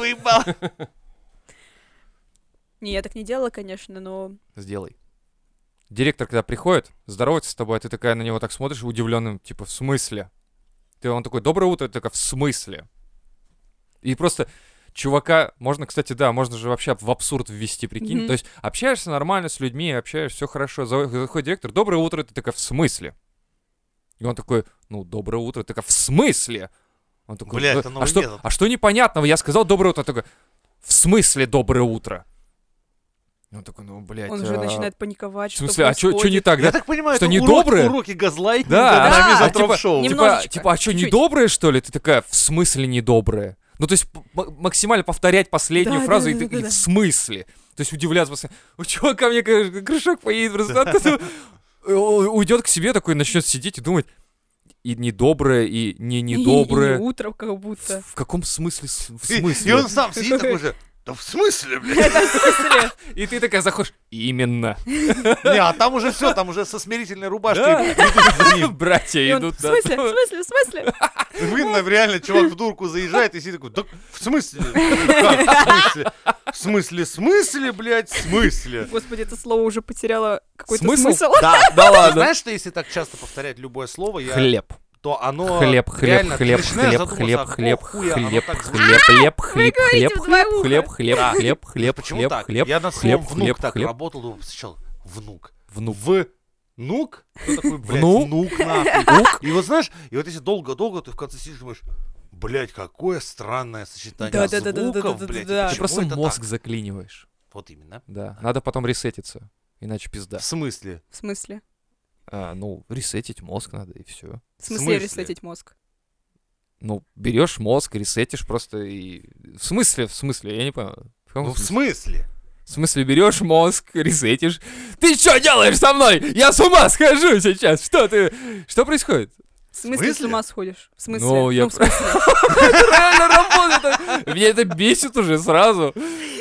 Не, я так не делала, конечно, но... Сделай. Директор, когда приходит, здоровается с тобой, а ты такая на него так смотришь удивленным, типа, в смысле? Он такой, доброе утро, ты такая, в смысле? И просто чувака, можно, кстати, да, можно же вообще в абсурд ввести, прикинь. Мгм. То есть общаешься нормально с людьми, общаешься, все хорошо, заходит директор, доброе утро, ты такая, в смысле? И он такой, ну, доброе утро, ты такая, в смысле? Он такой, Бля, «Да, это новый а что, метод». а что непонятного? Я сказал доброе утро, такой, в смысле доброе утро? И он такой, ну, блядь, Он уже начинает паниковать, в что смысле, а что не происходит. так, да? Я так понимаю, Что, это недоброе? уроки газлайтинга Да, на да, мизантроп-шоу. немножечко. Типа, а что, чуть-чуть. недоброе, что ли? Ты такая, в смысле недоброе? Ну, то есть максимально повторять последнюю Да, фразу, да, и ты да, и да. в смысле? То есть удивляться, просто, у чувака, мне кажется, крышак поедет просто. оттуда. Уйдет к себе такой, начнет сидеть и думать, и недоброе, и не И недоброе. утром как будто. В каком смысле? В И смысле? он сам сидит такой же, да в смысле, блядь? Это в смысле? И ты такая заходишь, именно. Не, а там уже все, там уже со смирительной рубашкой Да. идут за ним. Братья И он, идут. в да. смысле, в смысле, в смысле? Видно, реально, чувак в дурку заезжает и сидит такой, да в смысле? Как в смысле? В смысле, блядь, в смысле? Господи, это слово уже потеряло какой-то Смысл? смысл. Да, да ладно. Знаешь, что если так часто повторять любое слово, Хлеб. то оно Хлеб, реально, ты хлеб, начинаешь хлеб, задумываться, хлеб, а хлеб, какого хуя оно хлеб, так хлеб, звучит? хлеб, хлеб, говорите хлеб, в два уха. хлеб, хлеб, Да. хлеб, хлеб, Почему хлеб, так? хлеб, Я над хлеб, словом внук хлеб, так хлеб. работал, думал сначала внук. Внук. Внук? Кто такой, блядь, Внук? внук, нахуй? И вот знаешь, и вот если долго-долго, ты в конце сидишь и думаешь, блядь, какое странное сочетание Да-да-да-да-да-да-да-да. звуков, блядь. Да. и Ты почему просто это мозг так? заклиниваешь. Вот именно. Да. Надо потом ресетиться. Иначе пизда. В смысле? В смысле? Ну, ресетить мозг надо, и все. В смысле смысле? ресетить мозг? Ну, берешь мозг, ресетишь просто и... В смысле? Я не понял. В каком Ну в смысле? смысле? В смысле, берешь мозг, ресетишь. Ты что делаешь со мной? Я с ума схожу сейчас. Что ты? Что происходит? В смысле с смысле? ума сходишь? В смысле? Ну, я в смысле? Это реально работает. Меня это бесит уже сразу.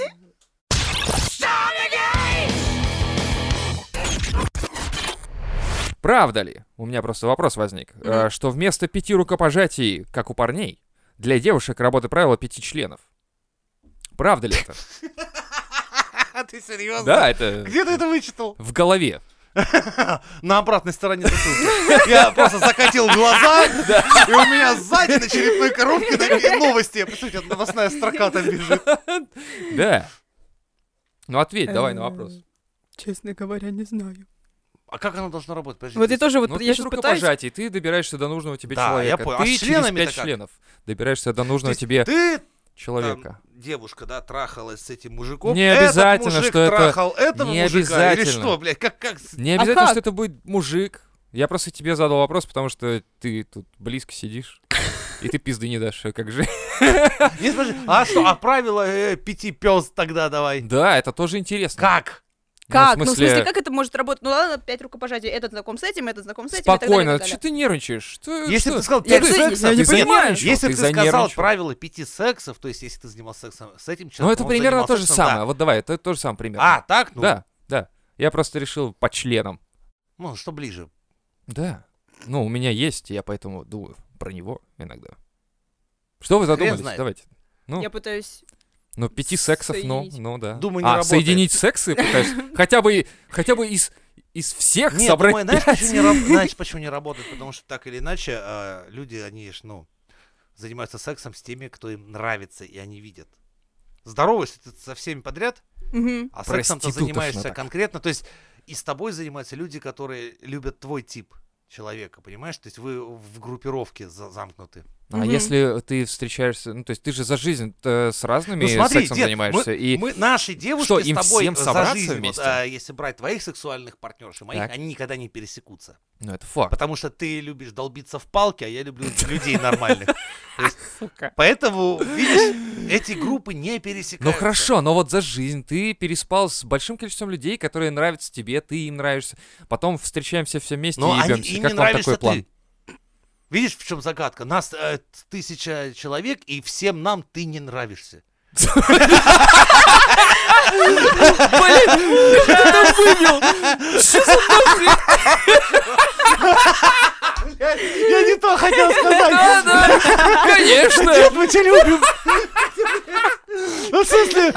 Правда ли? У меня просто вопрос возник. Что вместо 5 рукопожатий, как у парней, для девушек работает правило 5 членов. Правда ли это? Ты серьезно? Да, это Где ты это вычитал? в голове. На обратной стороне засылки. Я просто закатил глаза, и у меня сзади на черепной коробке такие новости. Представляете, новостная строка там бежит. Да. Ну ответь давай на вопрос. Честно говоря, не знаю. А как оно должно работать? Подожди, Вот я тоже, Ну, вот я 5 сейчас пытаюсь... рукопожатий, ты добираешься до нужного тебе Да, я человека. понял. А Ты с через членами-то 5 как? членов добираешься до нужного есть тебе Ты человека. там, девушка, да, трахалась с этим мужиком. Не обязательно, Этот мужик что это- трахал этого не мужика. Или обязательно. что, блядь, как... Не обязательно, как? что это будет мужик. Я просто тебе задал вопрос, потому что ты тут близко сидишь, и ты пизды не дашь, как же. Нет, подожди, а что, а правило 5 пёс тогда давай? Да, это тоже интересно. Как? Как? Ну, Ну, в смысле, как это может работать? Ну, ладно, 5 рукопожатий. Этот знаком с этим, этот знаком с этим. и так далее, Спокойно, и так что далее. ты нервничаешь? Если бы ты сказал Я, 5 кстати, сексов, я не ты понимаю. занервничал. Если бы Ты ты сказал занервничал. правила 5 сексов, то есть если ты занимался сексом с этим Ну, человеком, это он примерно то занимался же сексом, самое. да. Вот давай, это то же самое примерно. А, так? Ну, Да, да. Я просто решил по членам. ну, что ближе. Да. Ну, у меня есть, я поэтому думаю про него иногда. Что вы задумались? знает. Давайте. Ну, Я пытаюсь... ну 5 сексов, соединить. ну да. Думаю, не работает. соединить сексы пытаешься? Хотя бы из всех Нет, собрать думаю, знаешь, 5. знаешь, почему не работает? Потому что так или иначе люди, они ж, ну, занимаются сексом с теми, кто им нравится, и они видят. Здорово, если ты со всеми подряд, Мгм. а сексом ты Проститутошно занимаешься так. конкретно. То есть и с тобой занимаются люди, которые любят твой тип человека, понимаешь? То есть вы в группировке замкнуты. А Мгм. если ты встречаешься, ну то есть ты же за жизнь с разными Ну смотри, сексом дед, занимаешься, и наши девушки Что, с им тобой всем за собраться жизнь, вот, вместе? если брать твоих сексуальных партнерш и моих, Так. они никогда не пересекутся. ну это факт. Потому что ты любишь долбиться в палки, а я люблю людей нормальных. То есть, Сука. поэтому, видишь, эти группы не пересекаются. Ну хорошо, но вот за жизнь ты переспал с большим количеством людей, которые нравятся тебе, ты им нравишься. Потом встречаемся все вместе Но и они, ебемся. им Как не вам нравишься такой план? ты. Видишь, в чем загадка? Нас 1000 человек, и всем нам ты не нравишься. Блин, как ты это вывел? Я не то хотел сказать. Да, конечно. Нет, мы тебя любим. Ну, в смысле...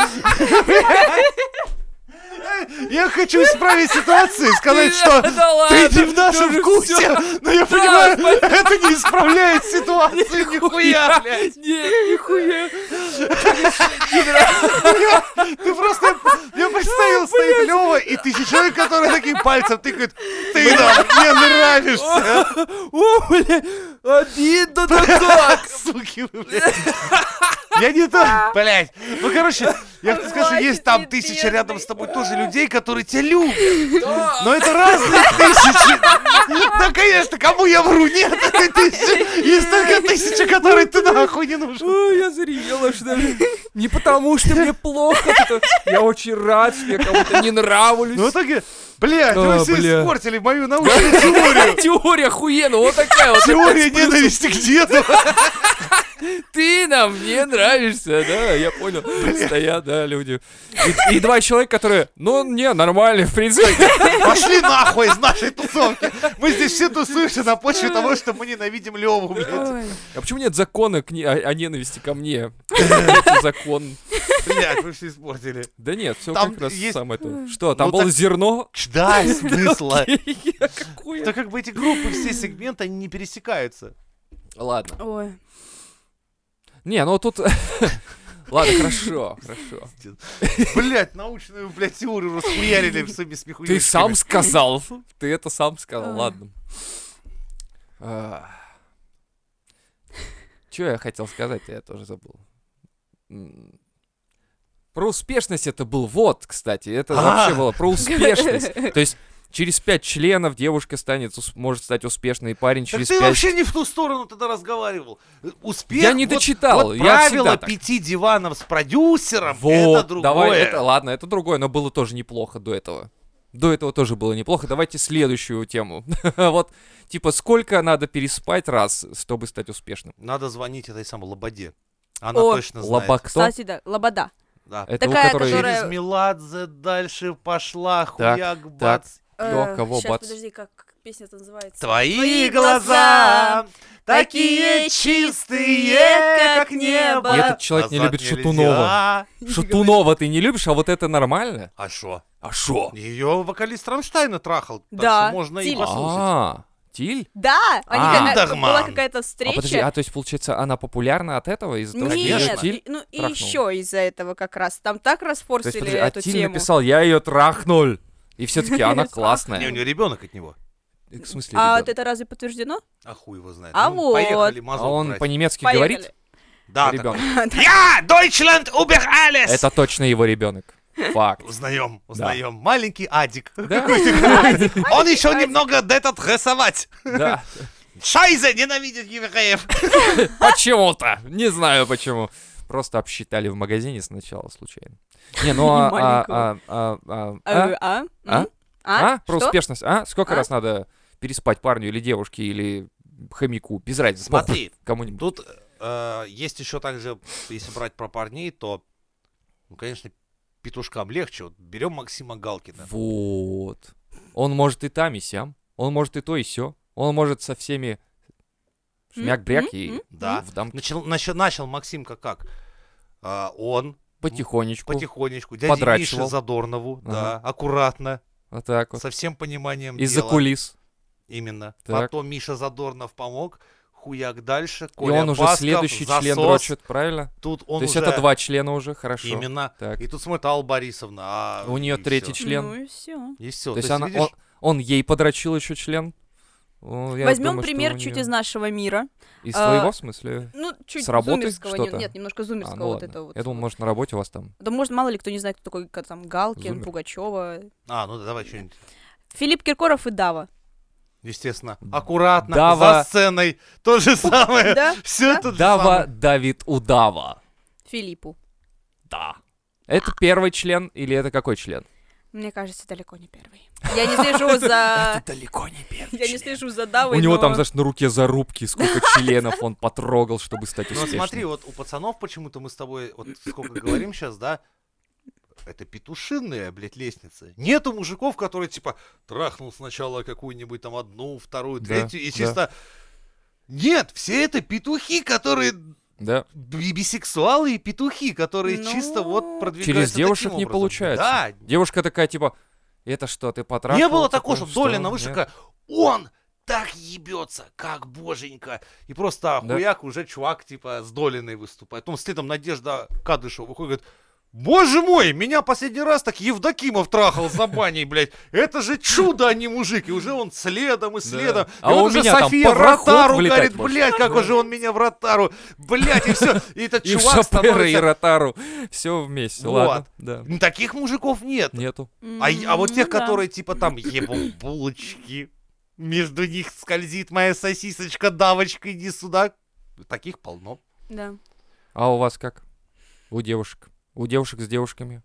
Я хочу исправить ситуацию и сказать, что Да ты ладно, не в нашем уже вкусе, всё. но я понимаю, это не исправляет ситуацию, нихуя, блядь. Нет, нихуя. Ты просто... Я представил, стоит Лёва и 1000 человек, которые таким пальцем тыкают. Ты нам не нравишься. О, бля, обидно-то как. Суки вы, блядь. Я не то, блядь. Ну, короче, я тебе скажу, есть там 1000 рядом с тобой тоже людей, которые тебя любят. Но это разные 1000. Да, конечно, кому я вру? Нет, этой 1000. Есть только 1000, которые ты нахуй не нужен. Ой, я заревел аж даже. Не потому, что мне плохо. Я очень рад, что я кому-то не нравлюсь. Ну, в итоге, блядь, А, вы все бля. испортили мою научную теорию. Теория охуенная, вот такая вот. Теория опять с плюсом. ненависти к деду. Ты нам не нравишься, да, я понял. Стоят, да, люди. И 2 человека, которые, ну, не, нормально, в принципе. Пошли нахуй из нашей тусовки. Мы здесь все тусуемся на почве того, что мы ненавидим Леву, блядь. Ой. А почему нет закона о ненависти ко мне? Этот закон. Блядь, вы все испортили. Да нет, все Там как раз есть- самое то. Что, там Ну было так- зерно? Да, смысла. Какое? То как бы эти группы, все сегменты, они не пересекаются. Ладно. Ой. Не, ну тут... Ладно, хорошо. Блядь, научную, блядь, теорию расхуярили своими смехуёчками. Ты сам сказал. Ты это сам сказал, Ой. ладно. Что я хотел сказать-то, я тоже забыл. Про успешность это был, вот, кстати, это вообще было про успешность. То есть через 5 членов девушка может стать успешной, и парень Так через ты 5... вообще не в ту сторону тогда разговаривал. Успех... Я не дочитал, Вот я правило всегда так. 5 диванов с продюсером, Вот, это другое. давай, ладно, это другое, но было тоже неплохо до этого. До этого тоже было неплохо. Давайте следующую тему. Вот, типа, сколько надо переспать раз, чтобы стать успешным? Надо звонить этой самой Лободе. Она О, точно знает. Лоба кто? Кстати, да, лобода. Да. Это Такая, у которой... которая- Через Меладзе дальше пошла, Так, хуяк, бац. Кого, Сейчас, бац? подожди, как песня-то называется? Твои глаза такие чистые, как небо. И этот человек не Назад любит нельзя. Шатунова. Шатунова ты не любишь, а вот это нормально? А шо? А шо? Ее вокалист Рамштайна трахал, так Да, что можно и Тиль. послушать. Тиль? Да, Индерман. была какая-то А встреча. подожди, то есть, получается, она популярна от этого? Из-за того, что её Нет, Тиль? ну и трахнул. еще из-за этого как раз. Там так То есть, расфорсили подожди, а эту Тиль тему. написал, я ее трахнул. И все таки она Не, у классная. нее ребенок от него. В смысле, А ребёнок? вот это разве подтверждено? А хуй его знает. А Ну, вот. Поехали, А мазок он брать. по-немецки Поехали. говорит? Да, Ребенок. Я, Deutschland über alles! Это точно его ребенок. Факт. Узнаем. Маленький Адик. Да? Он еще немного этот рисовать. Да. Шайзе ненавидит евреев. Почему-то. Не знаю почему. Просто обсчитали в магазине сначала случайно. Не, ну Маленького. Про Что? успешность, Сколько А? раз надо переспать парню или девушке, или хомяку, без разницы. Смотри, Кому-нибудь. тут есть еще также, если брать про парней, то, ну, конечно, петушкам легче. Вот берем Максима Галкина. Вот. Он может и там, и сям. Он может и то, и сё. Он может со всеми шмяк-бряк и Да. в дам Начал Максимка как? Он потихонечку. потихонечку, дяде Подрачивал. Мише Задорнову, да, Ага. аккуратно, Вот так вот. со всем пониманием Из-за дела. кулис. Именно. Так. Потом Миша Задорнов помог, хуяк дальше, И Коля он уже Басков, следующий член засос. дрочит, правильно? Тут он То есть уже... это 2 члена уже, хорошо. Именно. Так. И тут смотрит Алла Борисовна. У нее и третий всё. член. Ну и все. И все. То есть он ей подрочил еще член. Я Возьмем думаю, что пример у чуть неё- из нашего мира. Из а, твоего, в смысле? Ну, чуть С работы зумерского. что-то? Нет, немножко зумерского Ну вот ладно. это вот. Я думал, может, на работе у вас там. Да, может, мало ли кто не знает, кто такой там Галкин, Зумер. Пугачева. Ну давай что-нибудь. Филипп Киркоров и Дава. Естественно. Аккуратно, Дава. за сценой. То же самое. Да? Все Да? то же Дава самое. давит удава. Филиппу. Да. Это первый член или это какой член? Мне кажется, далеко не первый. Я не слежу за... далеко не первый Я не слежу за Давой, У него но- там, знаешь, на руке зарубки, сколько членов он потрогал, чтобы стать Ну успешным. смотри, вот у пацанов почему-то мы с тобой, вот сколько говорим сейчас, да, это петушиные, блядь, лестницы. Нету мужиков, которые, типа, трахнул сначала какую-нибудь там одну, вторую, Да, третью, и да. чисто... Нет, все это петухи, которые... Да. Бисексуалы и петухи, которые Ну, чисто вот продвигаются Через девушек таким не образом. получается. Да. Девушка такая, типа, это что, ты потрахал? Не было такого, Такое, что Долина что? вышла, Нет. такая, он так ебется, как боженька. И просто Да. хуяк уже чувак, типа, с Долиной выступает. Потом следом Надежда Кадышева выходит, говорит, боже мой, меня последний раз так Евдокимов трахал за баней, блядь. Это же чудо, а не мужик. И уже он следом и следом. Да. И А вот у уже меня там София в пароход Ротару влетать говорит, может. блядь, как уже он меня в Ротару. Блядь, и все. И этот И в чувак Шапера, и становится... Ротару. Все вместе, Вот. ладно. Да. Таких мужиков нет. Нету. А вот тех, Да. которые типа там ебу булочки, между них скользит моя сосисочка, давочка, иди сюда. Таких полно. Да. А у вас как? У девушек? У девушек с девушками?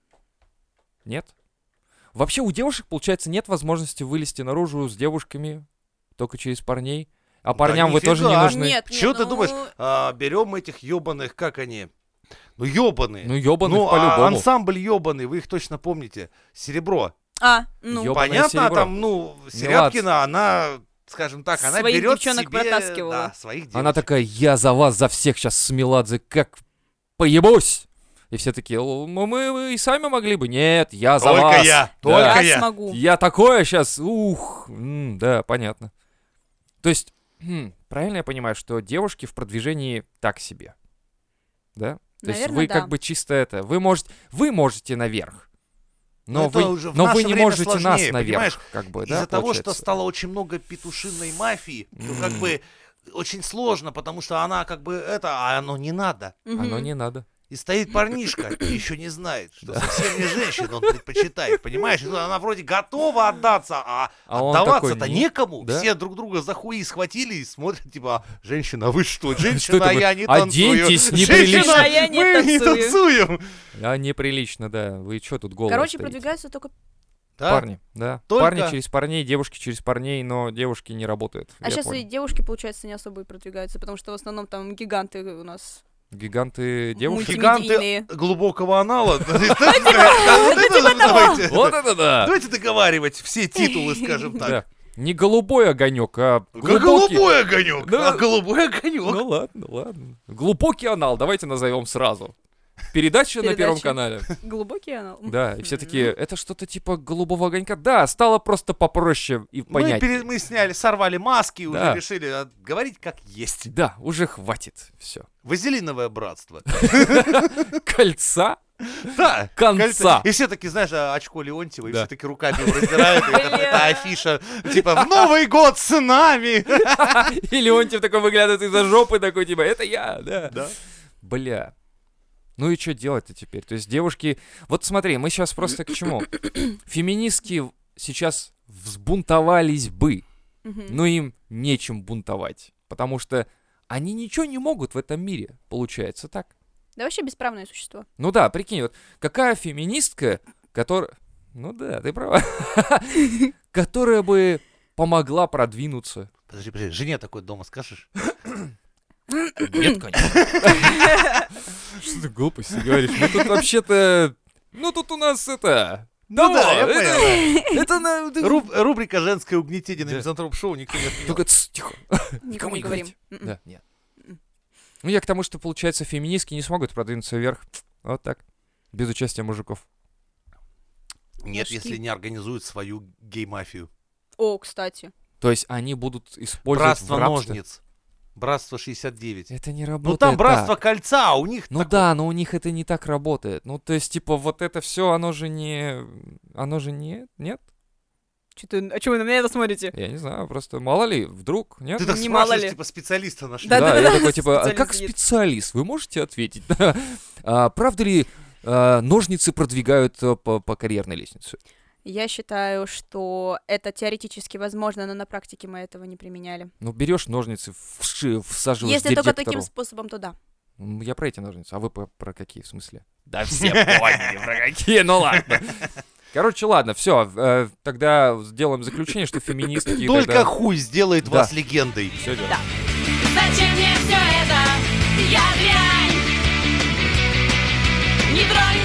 Нет? Вообще у девушек, получается, нет возможности вылезти наружу с девушками, только через парней. А Да парням вы тоже не нифига. нужны. Нет, Че нет, ты ну, думаешь? Берем этих ебаных, как они? Ну ебаные. Ну, ёбаных Ну, по-любому. ансамбль ебаный, вы их точно помните. Серебро. Ну, Ёбаное Понятно, серебро. там, ну, Серябкина, она, скажем так, она Своих берет девчонок себе... протаскивала. Да, своих девочек. Она такая, я за вас, за всех сейчас с Меладзе как поебусь. И все такие, мы и сами могли бы. Нет, я за Только вас. я, Да. только я я. смогу. Я такое сейчас, да, понятно. То есть, правильно я понимаю, что девушки в продвижении так себе? Да? То есть Наверно, вы да. как бы чисто это, вы можете наверх. Но это вы, уже в но вы наше не время можете нас сложнее, наверх, понимаешь? как бы, да, Из-за того, что получается? стало очень много петушиной мафии, то как бы очень сложно, потому что она как бы а оно не надо. Оно не надо. И стоит парнишка, и еще не знает, что совсем не женщина он предпочитает, понимаешь? И тут она вроде готова отдаться, а он отдаваться-то такой, некому. да? Все друг друга за хуи схватили и смотрят, типа, женщина, вы что, Что женщина, это а вы? я не танцую. Оденьтесь, неприлично. Женщина, А я не мы не танцую. танцуем. А неприлично, да. Вы что тут голые Короче, стоите? продвигаются только... Да? Парни, да. Только- Парни через парней, девушки через парней, но девушки не работают. А я сейчас понял. и девушки, получается, не особо и продвигаются, потому что в основном там гиганты у нас. Гиганты девушек. Мультимедийные. Гиганты глубокого анала. Вот это да! Давайте договаривать все титулы, скажем так. Да. Не голубой огонек, а Как глубокий. голубой огонек. Да. А голубой огонек. Ну ладно, ладно. Глубокий анал, давайте назовем сразу. Передача на Первом Передача. канале. Глубокий анал. Да, и все такие, это что-то типа голубого огонька. Да, стало просто попроще и понятнее. Мы сняли, сорвали маски, уже Да. решили говорить как есть. Да, уже хватит. Все. Вазелиновое братство. Кольца Да. конца. Кольца. И все таки, знаешь, очко Леонтьева, и Да. все таки руками его раздирают, и это Бля. афиша, типа, в Новый год с нами. И Леонтьев такой выглядывает из-за жопы, такой типа, это я, да. Да. Бля. Ну и что делать-то теперь? То есть девушки... Вот смотри, мы сейчас просто к чему? Феминистки сейчас взбунтовались бы, Мгм. но им нечем бунтовать. Потому что они ничего не могут в этом мире, получается так. Да вообще бесправное существо. Ну да, прикинь, вот какая феминистка, которая... Ну да, ты права. Которая бы помогла продвинуться. Подожди, жене такой дома скажешь? Нет, конечно. Что ты глупости говоришь? Мы тут вообще-то... Ну тут у нас это... Ну да, я понял. Это на... Рубрика «Женское угнетение» на Да. Мизантроп-шоу никто не отменял. Только тихо. Никому не говорим. М-м. Да, нет. Ну я к тому, что, получается, феминистки не смогут продвинуться вверх. Вот так. Без участия мужиков. Нет, Мужики. если не организуют свою гей-мафию. О, кстати. То есть они будут использовать Братство в рабстве. ножниц. Братство 69. Это не работает. Ну там так. братство кольца, а у них Ну такое- да, но у них это не так работает. Ну то есть типа вот это все, оно же не, нет? А что вы на меня это смотрите? Я не знаю, просто мало ли, вдруг, нет? Ты так Не мало спрашиваешь, ли. типа специалиста нашли. Да, Да, я такой типа, а специалист как сидит. специалист, вы можете ответить? Правда ли ножницы продвигают по карьерной лестнице? Я считаю, что это теоретически возможно, но на практике мы этого не применяли. Ну берешь ножницы, всаживаешь Если только таким детектору. способом, то да. Я про эти ножницы, а вы про какие в смысле? Да все поняли, про какие, ну ладно. Короче, ладно, все, тогда сделаем заключение, что феминистки... Только тогда- хуй сделает Да. вас легендой. Всё дело. Да. Зачем мне все это? Я дрянь. Не тронь